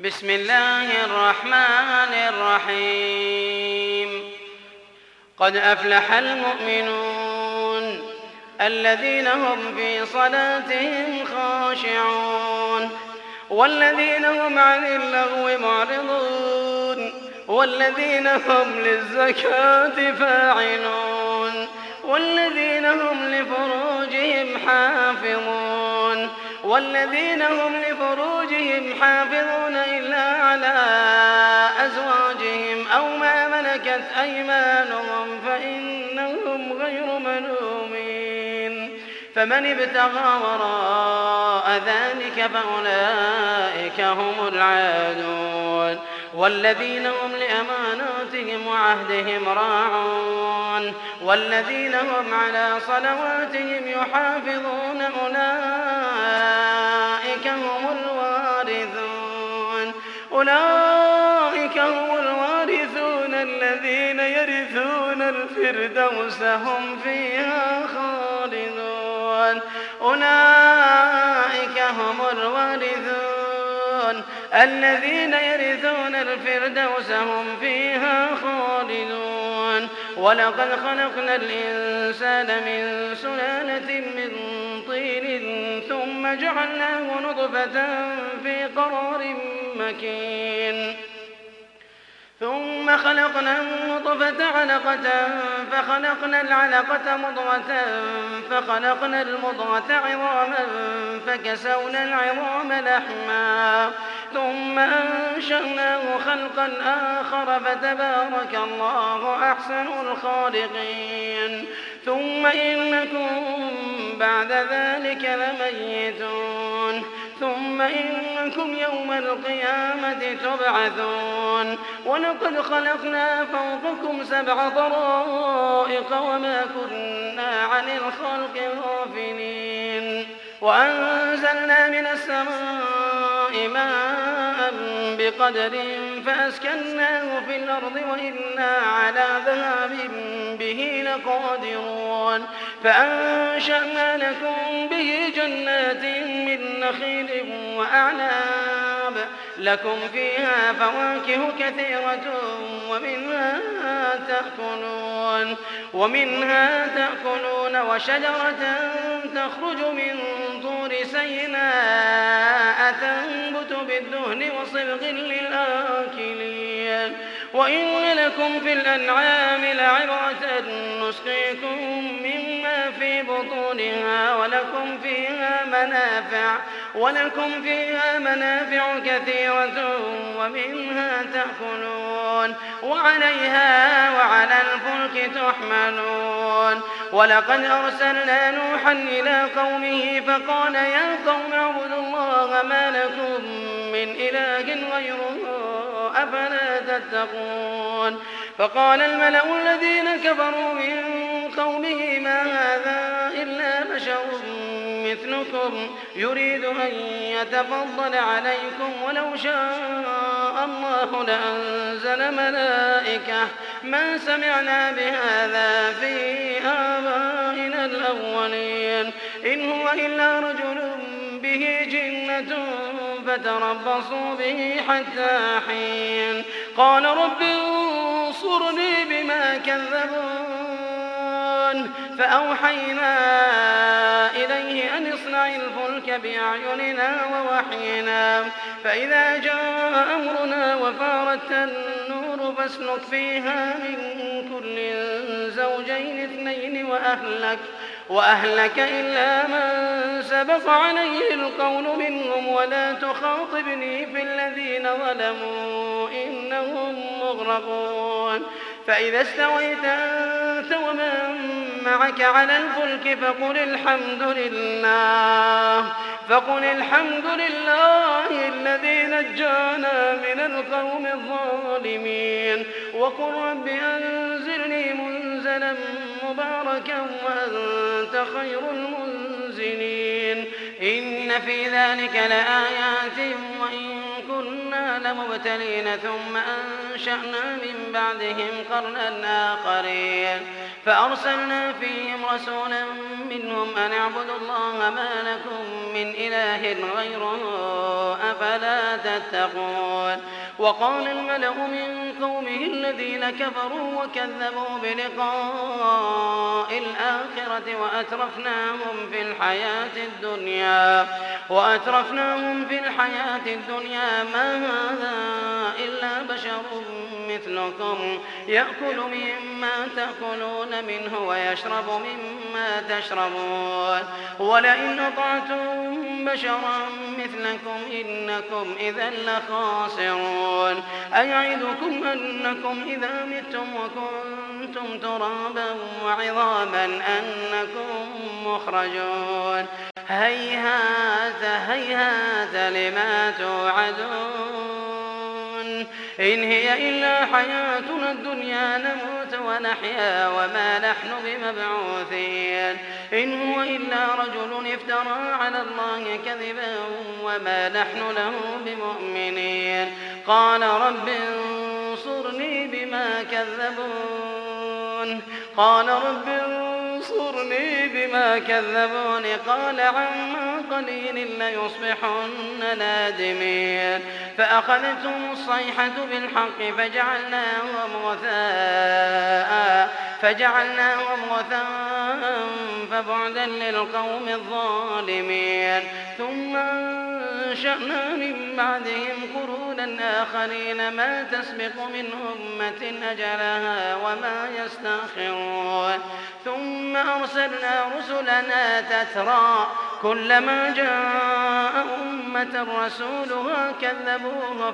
بسم الله الرحمن الرحيم. قد أفلح المؤمنون الذين هم في صلاتهم خاشعون والذين هم عن اللغو معرضون والذين هم للزكاة فاعلون والذين هم لفروجهم حافظون إلا على أزواجهم أو ما ملكت أيمانهم فإنهم غير ملومين. فمن ابتغى وراء ذلك فأولئك هم العادون. والذين هم لأماناتهم وعهدهم راعون والذين هم على صلواتهم يحافظون أولئك هم الوارثون الذين يرثون الفردوس هم فيها خالدون. ولقد خلقنا الإنسان من سلالة من طين ثم جعلناه نطفة في قرار مكين ثم خلقنا النطفة علقة فخلقنا العلقة مضغة فخلقنا المضغة عظاما فكسونا العظام لحما ثم أنشأناه خلقا آخر فتبارك الله أحسن الخالقين. ثم إنكم بعد ذلك لميتون ثم إنكم يوم القيامة تبعثون. ولقد خلقنا فوقكم 7 طرائق وما كنا عن الخلق غافلين. وأنزلنا من السماء ماء بقدر فأسكناه في الأرض وإنا على ذهاب به لقادرون. فأنشأنا لكم به جنات من نخيل وأعناب لكم فيها فواكه كثيرة ومنها تأكلون وشجرة تخرج من طور سيناء تنبت بالدهن وصبغ للآكلين. وإن لكم في الأنعام لعبرة نسقيكم مما في بطونها ولكم فيها منافع كثيرة ومنها تأكلون وعليها وعلى الفلك تحملون. ولقد أرسلنا نوحا إلى قومه فقال يا قوم اعبدوا الله ما لكم من إله غيره أفلا تتقون. فقال الملأ الذين كفروا من قومه ما هذا إلا بشر مثلكم يريد أن يتفضل عليكم ولو شاء الله لأنزل ملائكة ما سمعنا بهذا في آبائنا الأولين إن هو إلا رجل به جنة فتربصوا به حتى حين. قال رب انصرني بما كذبون. فأوحينا إليه أن اصنع الفلك بأعيننا ووحينا فإذا جاء أمرنا وفارت النور فاسلك فيها من كل زوجين 2 وأهلك إلا من سبق عليه القول منهم ولا تخاطبني في الذين ظلموا إنهم مغرقون. فإذا استويت أنت ومن معك على الفلك فقل الحمد لله الذي نجانا من القوم الظالمين وقل رب أنزلني منزلا مباركا وأنت خير المنزلين. إن في ذلك لآيات وإن كنا لمبتلين ثم أنشأنا من بعدهم قرنا آخرين فأرسلنا فيهم رسولا منهم أن اعبدوا الله ما لكم من إله غيره أفلا تتقون وقال الملأ من قومه الذين كفروا وكذبوا بلقاء الآخرة وأترفناهم في الحياة الدنيا ما هذا إلا بشر مثلكم يأكل مما تأكلون منه ويشرب مما تشربون ولئن أطعتم بشرا مثلكم إنكم إذا لخاسرون أيعدكم أنكم إذا متم وكنتم ترابا وعظاما أنكم مخرجون هيهات هيهات لما توعدون إن هي إلا حياتنا الدنيا نموت ونحيا وما نحن بمبعوثين إن هو إلا رجل افترى على الله كذبا وما نحن له بمؤمنين قال رب انصرني بما كذبون قال عما قليل ليصبحن نادمين فأخذتهم الصيحة بالحق فجعلناهم غثاء فبعدا للقوم الظالمين ثم أنشأنا من بعدهم قرونا آخرين ما تسبق من أمة أجلها وما يستأخرون ثم أرسلنا رسلنا تترى كلما جاء أمة رسولها كذبوه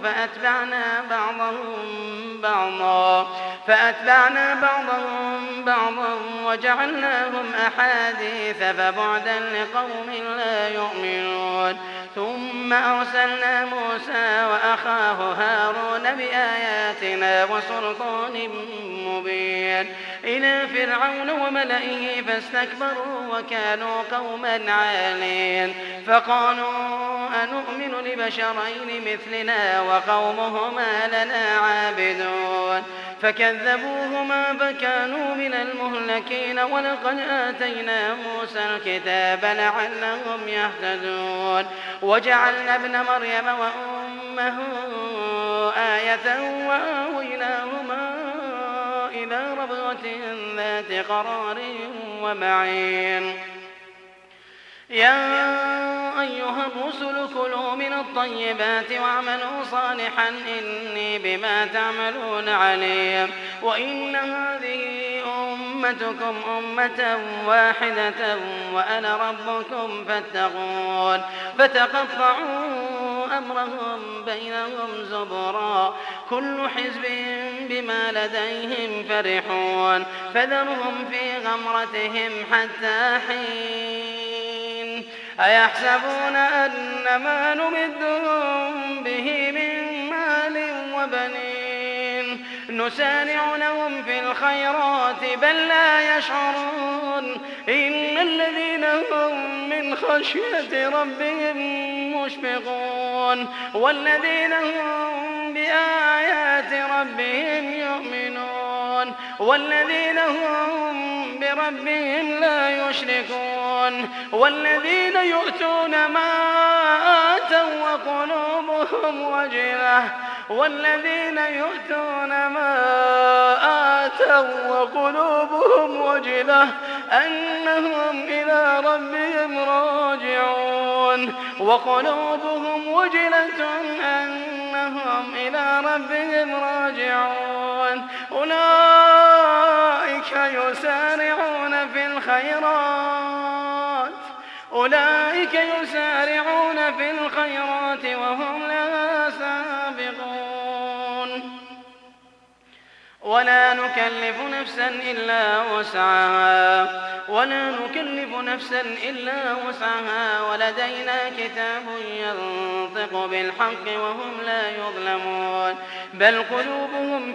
فأتبعنا بعضهم بعضا وجعلناهم أحاديث فبعدا لقوم لا يؤمنون ثم أرسلنا موسى وأخاه هارون بآياتنا وسلطان مبين إلى فرعون وملئه فاستكبروا وكانوا قوما عالين فقالوا أنؤمن لبشرين مثلنا وقومهما لنا عابدون فكذبوهما فكانوا من المهلكين ولقد آتينا موسى الكتاب لعلهم يهتدون وجعلنا ابن مريم وأمه آية وآويناهما إلى ربوة ذات قرار ومعين يا أيها الرسل كلوا من الطيبات واعملوا صالحا إني بما تعملون عليم وإن هذه أمتكم أمة واحدة وأنا ربكم فاتقون فتقطعوا أمرهم بينهم زبرا كل حزب بما لديهم فرحون فذرهم في غمرتهم حتى حين أيحسبون أن ما نمدهم به من مال وبنين نسارع لهم في الخيرات بل لا يشعرون إن الذين هم من خشية ربهم مشفقون والذين هم بآيات ربهم يؤمنون والذين هم بربهم لا يشركون والذين يؤتون ما آتوا وقلوبهم وجلة أنهم إلى ربهم راجعون وقلوبهم وجلة أنهم إلى ربهم راجعون أولئك يسارعون في الخيرات وهم لها سابقون ولا نكلف نفسا إلا وسعها ولدينا كتاب ينطق بالحق وهم لا يظلمون بل قلوبهم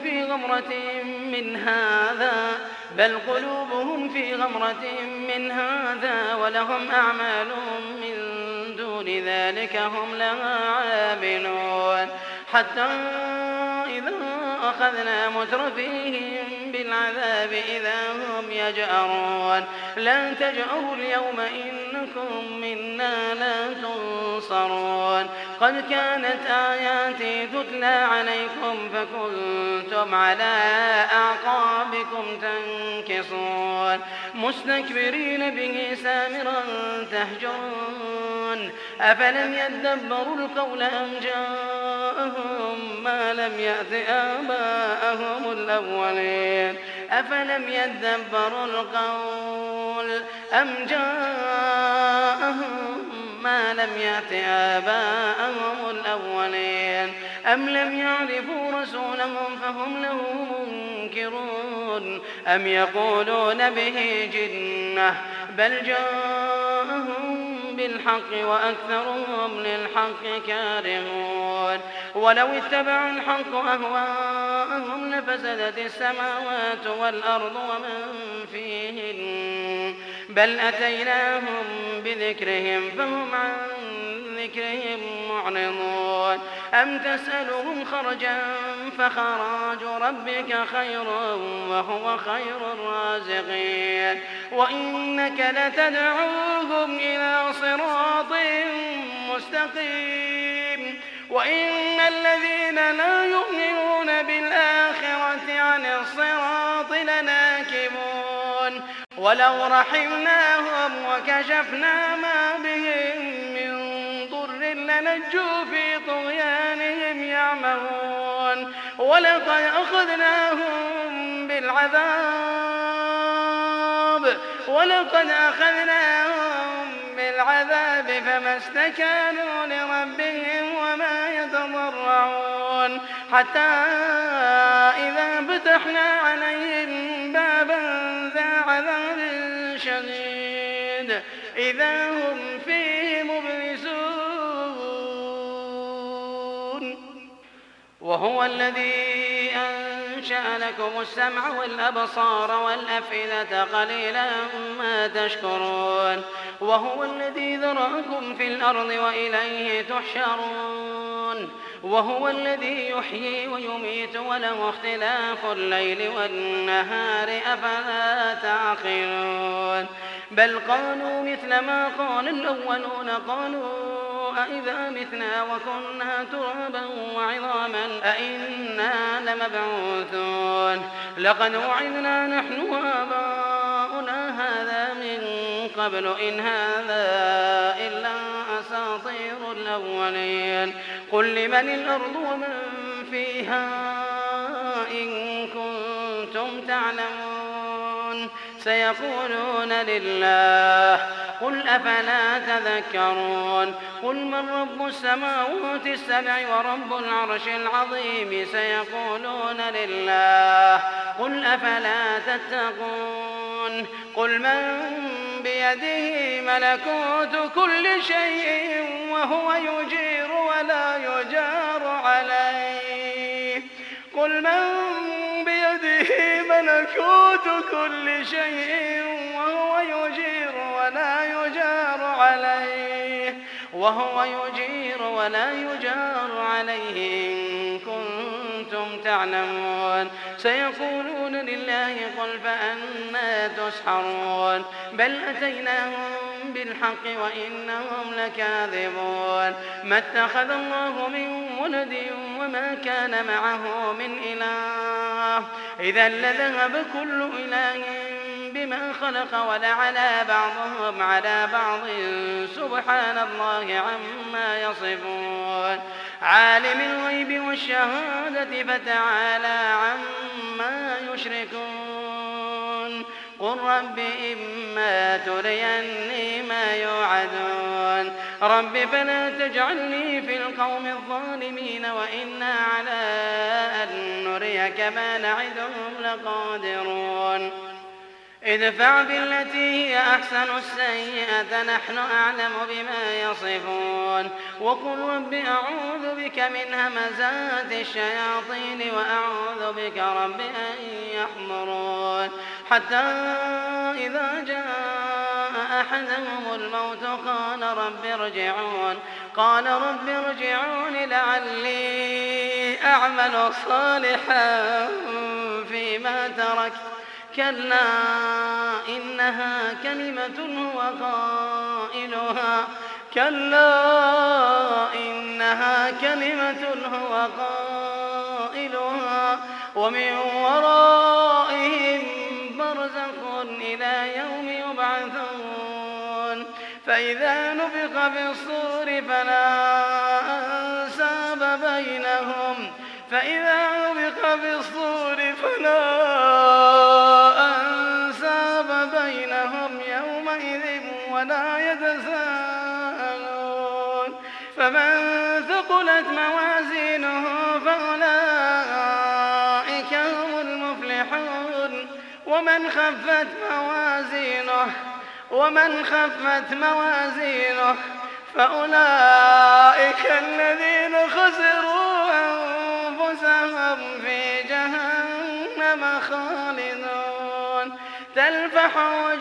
في غمرة من هذا ولهم أعمال من دون ذلك هم لها عاملون حتى إذا أخذنا مترفيهم بالعذاب إذا هم يجأرون لا تجأروا اليوم إنكم منا لا تنصرون قد كانت آياتي تتلى عليكم فكنتم على أعقابكم تنكصون مستكبرين به سامرا تهجرون أفلم يدبروا القول أم جاءهم ما لم يأت آباءهم الأولين أفلم يدبروا القول أم جاءهم ما لم يأت آباءهم الأولين أم لم يعرفوا رسولهم فهم له منكرون أم يقولون به جنة بل جاءهم بالحق وأكثرهم للحق كارهون ولو اتبعوا الحق أهواءهم لفسدت السماوات والأرض ومن فيهن بل أتيناهم بذكرهم فهم عن ذكرهم معرضون أم تسألهم خرجا فخراج ربك خير وهو خير الرازقين وإنك لتدعوهم إلى صراط مستقيم وإن الذين لا يؤمنون بالآخرة عن الصراط لناكبون ولو رحمناهم وكشفنا ما بهم من ضر لنجوا في طغيانهم يعمهون ولقد أخذناهم بالعذاب فما استكانوا لربهم وما يتضرعون حتى إذا فتحنا عليهم بابا ذا عذاب شديد إذا هم فيه مبلسون وهو الذي أنشأ لكم السمع والأبصار والأفئدة قليلا ما تشكرون وهو الذي ذرأكم في الأرض وإليه تحشرون وهو الذي يحيي ويميت وله اختلاف الليل والنهار أفلا تعقلون بل قالوا مثل ما قال الأولون قالوا أئذا متنا وكنا ترابا وعظاما أئنا لمبعوثون لقد وعدنا نحن وآباؤنا هذا من قبل إن هذا إلا أساطير الأولين قل لمن الأرض ومن فيها إن كنتم تعلمون سيقولون لله قل أفلا تذكرون قل من رب السماوات السبع ورب العرش العظيم سيقولون لله قل أفلا تتقون قل من بيده ملكوت كل شيء وهو يجير ولا يجار عليه قل من بيده ملكوت كل شيء وهو يجير ولا يجار عليه إن كنتم تعلمون سيقولون لله قل فأنى تسحرون بل أتيناهم بالحق وإنهم لكاذبون ما اتخذ الله من ولد وما كان معه من إله إذا لذهب كل إله بما خلق ولعلى بعضهم على بعض سبحان الله عما يصفون عالم الغيب والشهادة فتعالى عما يشركون قل رب إما تريني ما يوعدون رب فلا تجعلني في القوم الظالمين وإنا على أن نريك ما نعدهم لقادرون ادفع بالتي هي أحسن السيئة نحن أعلم بما يصفون وقل رب أعوذ بك من همزات الشياطين وأعوذ بك رب أن يحضرون حتى إذا جاء أحدهم الموت قال رب ارجعون لعلي أعمل صالحا فيما تركت كلا إنها كلمة هو قائلها ومن ورائهم برزخ إلى يوم يبعثون فإذا نفخ في الصور فلا أنساب بينهم يومئذ ولا يتساءلون فمن ثقلت موازينه فأولئك هم المفلحون ومن خفت موازينه فأولئك الذين خسروا أنفسهم في جهنم خالدون تلفح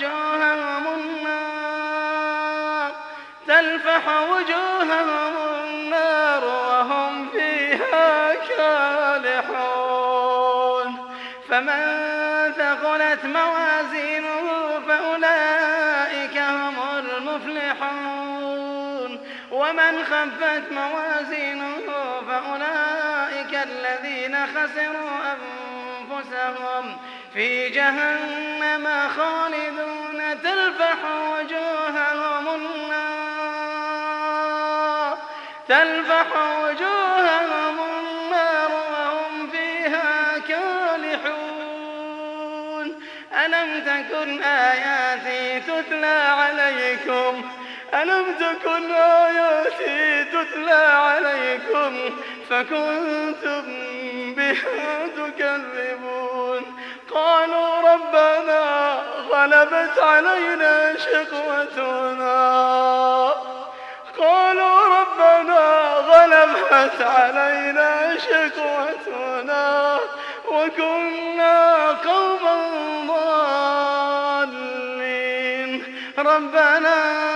وجوههم النار وهم فيها كالحون فمن ثقلت موازينه فأولئك هم المفلحون ومن خفت موازينه فأولئك الذين خسروا أنفسهم في جهنم خالدون تلفح وجوههم النار وهم فيها كالحون ألم تكن آياتي تتلى عليكم فكنتم بها تكذبون قالوا ربنا غلبت علينا شقوتنا وكنا قوما ضالين ربنا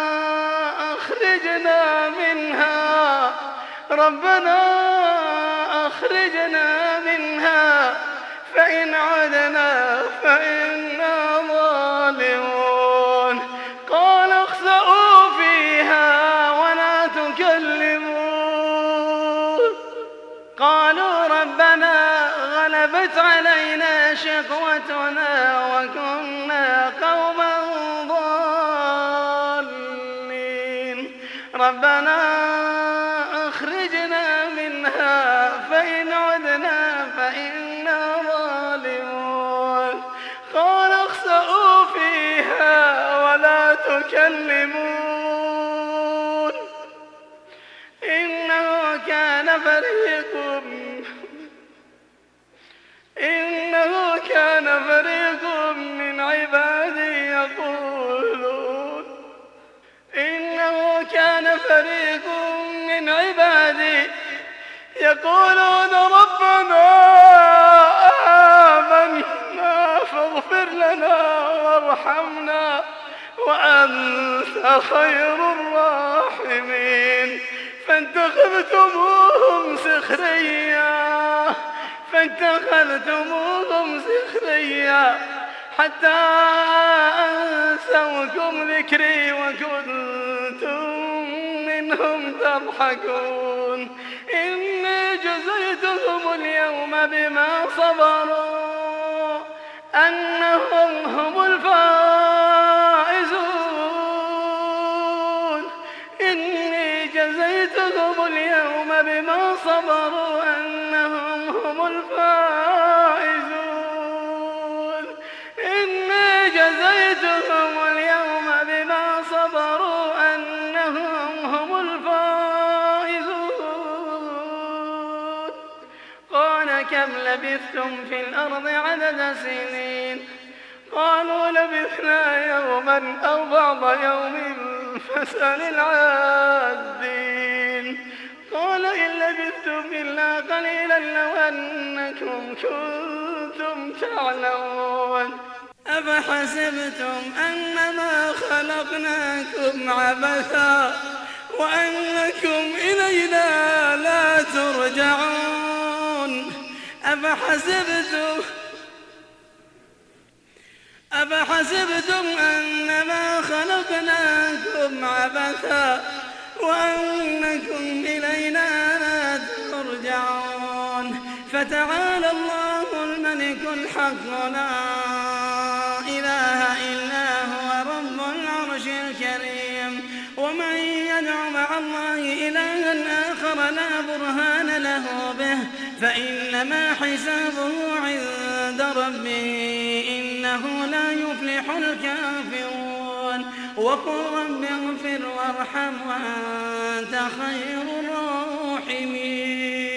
أخرجنا منها فإن عدنا فإنا ظالمون قال اخسئوا فيها ولا تكلمون قالوا ربنا غلبت علينا شقوتنا وكنا قوما ضالين ربنا أخرجنا منها فإن عدنا فإنا ظالمون قال اخسئوا فيها ولا تكلمون إنه كان فريق من عبادي يقولون ربنا آمنا فاغفر لنا وارحمنا وأنت خير الراحمين فاتخذتموهم سخريا حتى أنسوكم ذكري وكنتم منهم تضحكون إني جزيتهم اليوم بما صبروا أنهم هم الفائزون كم لبثتم في الأرض عدد سنين قالوا لبثنا يوما أو بعض يوم فاسأل العادين قال إن لبثتم إلا قليلا لو أنكم كنتم تعلمون أفحسبتم أنما خلقناكم عبثا وأنكم إلينا لا ترجعون أفحسبتم أنما خلقناكم عبثا وأنكم إلينا لا ترجعون فتعالى الله الملك الحق لا إله إلا هو رب العرش الكريم ومن يدع مع الله إلها آخر لا برهان له به فإنما حسابه عند ربه إنه لا يفلح الكافرون وقل رب اغفر وارحم وأنت خير الراحمين